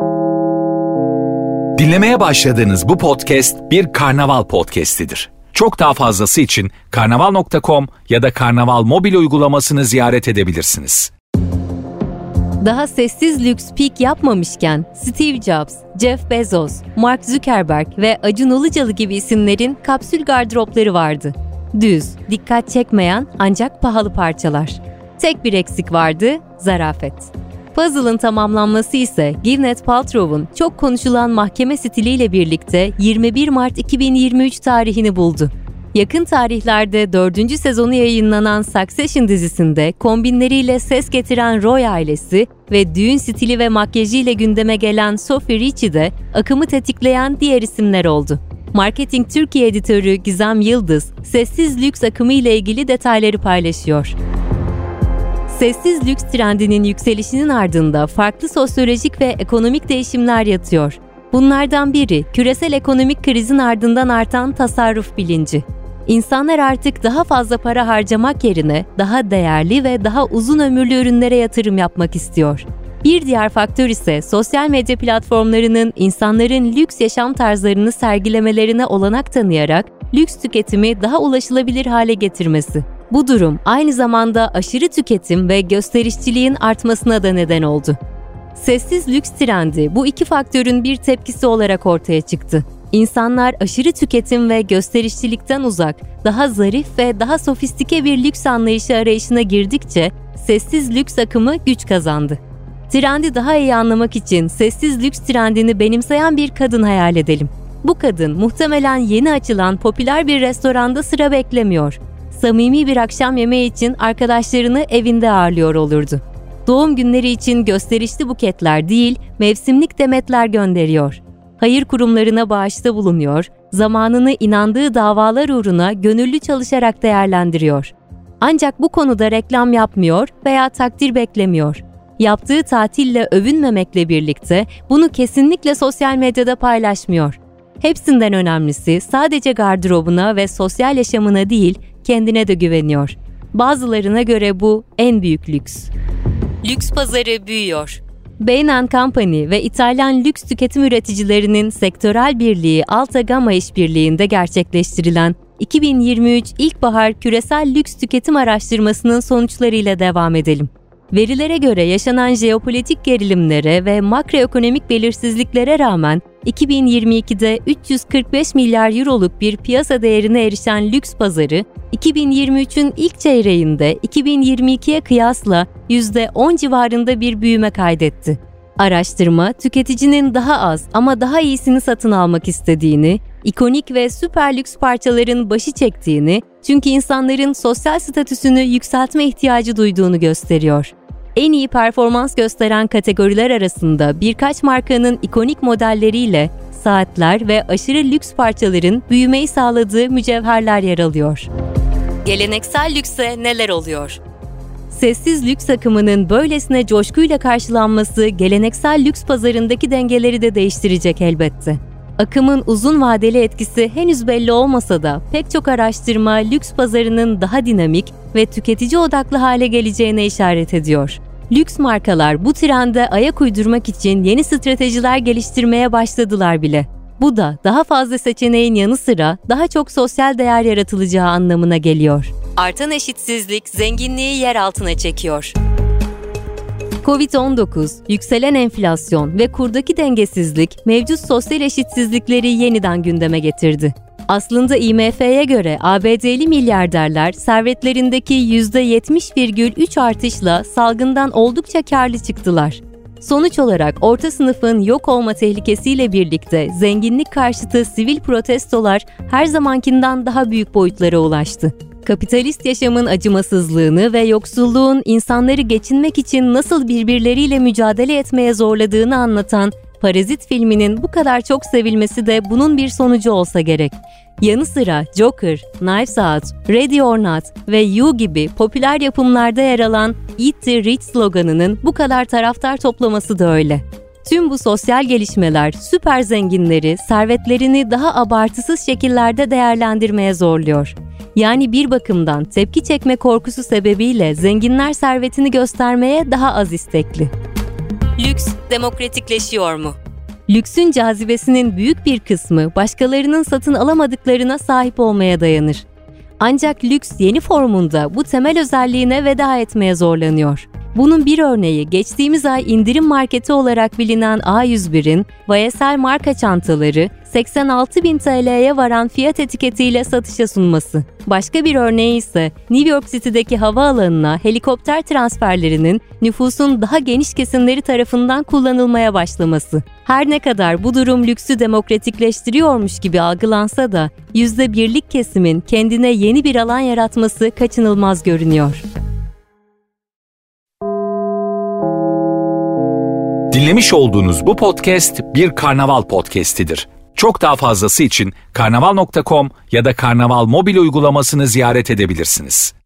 Dinlemeye başladığınız bu podcast bir Karnaval podcastidir. Çok daha fazlası için karnaval.com ya da Karnaval mobil uygulamasını ziyaret edebilirsiniz. Daha sessiz lüks peak yapmamışken Steve Jobs, Jeff Bezos, Mark Zuckerberg ve Acun Ilıcalı gibi isimlerin kapsül gardıropları vardı. Düz, dikkat çekmeyen ancak pahalı parçalar. Tek bir eksik vardı, zarafet. Puzzle'ın tamamlanması ise Gwyneth Paltrow'un çok konuşulan mahkeme stiliyle birlikte 21 Mart 2023 tarihini buldu. Yakın tarihlerde 4. sezonu yayınlanan Succession dizisinde kombinleriyle ses getiren Roy ailesi ve düğün stili ve makyajıyla gündeme gelen Sophie Richie de akımı tetikleyen diğer isimler oldu. Marketing Türkiye editörü Gizem Yıldız, sessiz lüks akımı ile ilgili detayları paylaşıyor. Sessiz lüks trendinin yükselişinin ardında farklı sosyolojik ve ekonomik değişimler yatıyor. Bunlardan biri, küresel ekonomik krizin ardından artan tasarruf bilinci. İnsanlar artık daha fazla para harcamak yerine daha değerli ve daha uzun ömürlü ürünlere yatırım yapmak istiyor. Bir diğer faktör ise sosyal medya platformlarının insanların lüks yaşam tarzlarını sergilemelerine olanak tanıyarak lüks tüketimi daha ulaşılabilir hale getirmesi. Bu durum aynı zamanda aşırı tüketim ve gösterişçiliğin artmasına da neden oldu. Sessiz lüks trendi bu iki faktörün bir tepkisi olarak ortaya çıktı. İnsanlar aşırı tüketim ve gösterişçilikten uzak, daha zarif ve daha sofistike bir lüks anlayışı arayışına girdikçe sessiz lüks akımı güç kazandı. Trendi daha iyi anlamak için sessiz lüks trendini benimseyen bir kadın hayal edelim. Bu kadın muhtemelen yeni açılan popüler bir restoranda sıra beklemiyor. Samimi bir akşam yemeği için arkadaşlarını evinde ağırlıyor olurdu. Doğum günleri için gösterişli buketler değil, mevsimlik demetler gönderiyor. Hayır kurumlarına bağışta bulunuyor, zamanını inandığı davalar uğruna gönüllü çalışarak değerlendiriyor. Ancak bu konuda reklam yapmıyor veya takdir beklemiyor. Yaptığı tatille övünmemekle birlikte bunu kesinlikle sosyal medyada paylaşmıyor. Hepsinden önemlisi sadece gardırobuna ve sosyal yaşamına değil, kendine de güveniyor. Bazılarına göre bu en büyük lüks. Lüks pazarı büyüyor. Bain & Company ve İtalyan lüks tüketim üreticilerinin sektörel birliği Alta Gamma işbirliğinde gerçekleştirilen 2023 İlkbahar Küresel Lüks Tüketim Araştırması'nın sonuçlarıyla devam edelim. Verilere göre yaşanan jeopolitik gerilimlere ve makroekonomik belirsizliklere rağmen 2022'de 345 milyar euroluk bir piyasa değerine erişen lüks pazarı, 2023'ün ilk çeyreğinde 2022'ye kıyasla %10 civarında bir büyüme kaydetti. Araştırma, tüketicinin daha az ama daha iyisini satın almak istediğini, ikonik ve süper lüks parçaların başı çektiğini, çünkü insanların sosyal statüsünü yükseltme ihtiyacı duyduğunu gösteriyor. En iyi performans gösteren kategoriler arasında birkaç markanın ikonik modelleriyle saatler ve aşırı lüks parçaların büyümeyi sağladığı mücevherler yer alıyor. Geleneksel lükse neler oluyor? Sessiz lüks akımının böylesine coşkuyla karşılanması geleneksel lüks pazarındaki dengeleri de değiştirecek elbette. Akımın uzun vadeli etkisi henüz belli olmasa da pek çok araştırma lüks pazarının daha dinamik ve tüketici odaklı hale geleceğine işaret ediyor. Lüks markalar bu trende ayak uydurmak için yeni stratejiler geliştirmeye başladılar bile. Bu da daha fazla seçeneğin yanı sıra daha çok sosyal değer yaratılacağı anlamına geliyor. Artan eşitsizlik zenginliği yer altına çekiyor. Covid-19, yükselen enflasyon ve kurdaki dengesizlik mevcut sosyal eşitsizlikleri yeniden gündeme getirdi. Aslında IMF'ye göre ABD'li milyarderler servetlerindeki %70,3 artışla salgından oldukça karlı çıktılar. Sonuç olarak orta sınıfın yok olma tehlikesiyle birlikte zenginlik karşıtı sivil protestolar her zamankinden daha büyük boyutlara ulaştı. Kapitalist yaşamın acımasızlığını ve yoksulluğun insanları geçinmek için nasıl birbirleriyle mücadele etmeye zorladığını anlatan Parazit filminin bu kadar çok sevilmesi de bunun bir sonucu olsa gerek. Yanı sıra Joker, Knives Out, Ready or Not ve You gibi popüler yapımlarda yer alan Eat the Rich sloganının bu kadar taraftar toplaması da öyle. Tüm bu sosyal gelişmeler süper zenginleri servetlerini daha abartısız şekillerde değerlendirmeye zorluyor. Yani bir bakımdan tepki çekme korkusu sebebiyle zenginler servetini göstermeye daha az istekli. Lüks demokratikleşiyor mu? Lüksün cazibesinin büyük bir kısmı başkalarının satın alamadıklarına sahip olmaya dayanır. Ancak lüks yeni formunda bu temel özelliğine veda etmeye zorlanıyor. Bunun bir örneği geçtiğimiz ay indirim marketi olarak bilinen A101'in YSL marka çantaları 86.000 TL'ye varan fiyat etiketiyle satışa sunması. Başka bir örneği ise New York City'deki havaalanına helikopter transferlerinin nüfusun daha geniş kesimleri tarafından kullanılmaya başlaması. Her ne kadar bu durum lüksü demokratikleştiriyormuş gibi algılansa da %1'lik kesimin kendine yeni bir alan yaratması kaçınılmaz görünüyor. Dinlemiş olduğunuz bu podcast bir Karnaval podcastidir. Çok daha fazlası için karnaval.com ya da Karnaval mobil uygulamasını ziyaret edebilirsiniz.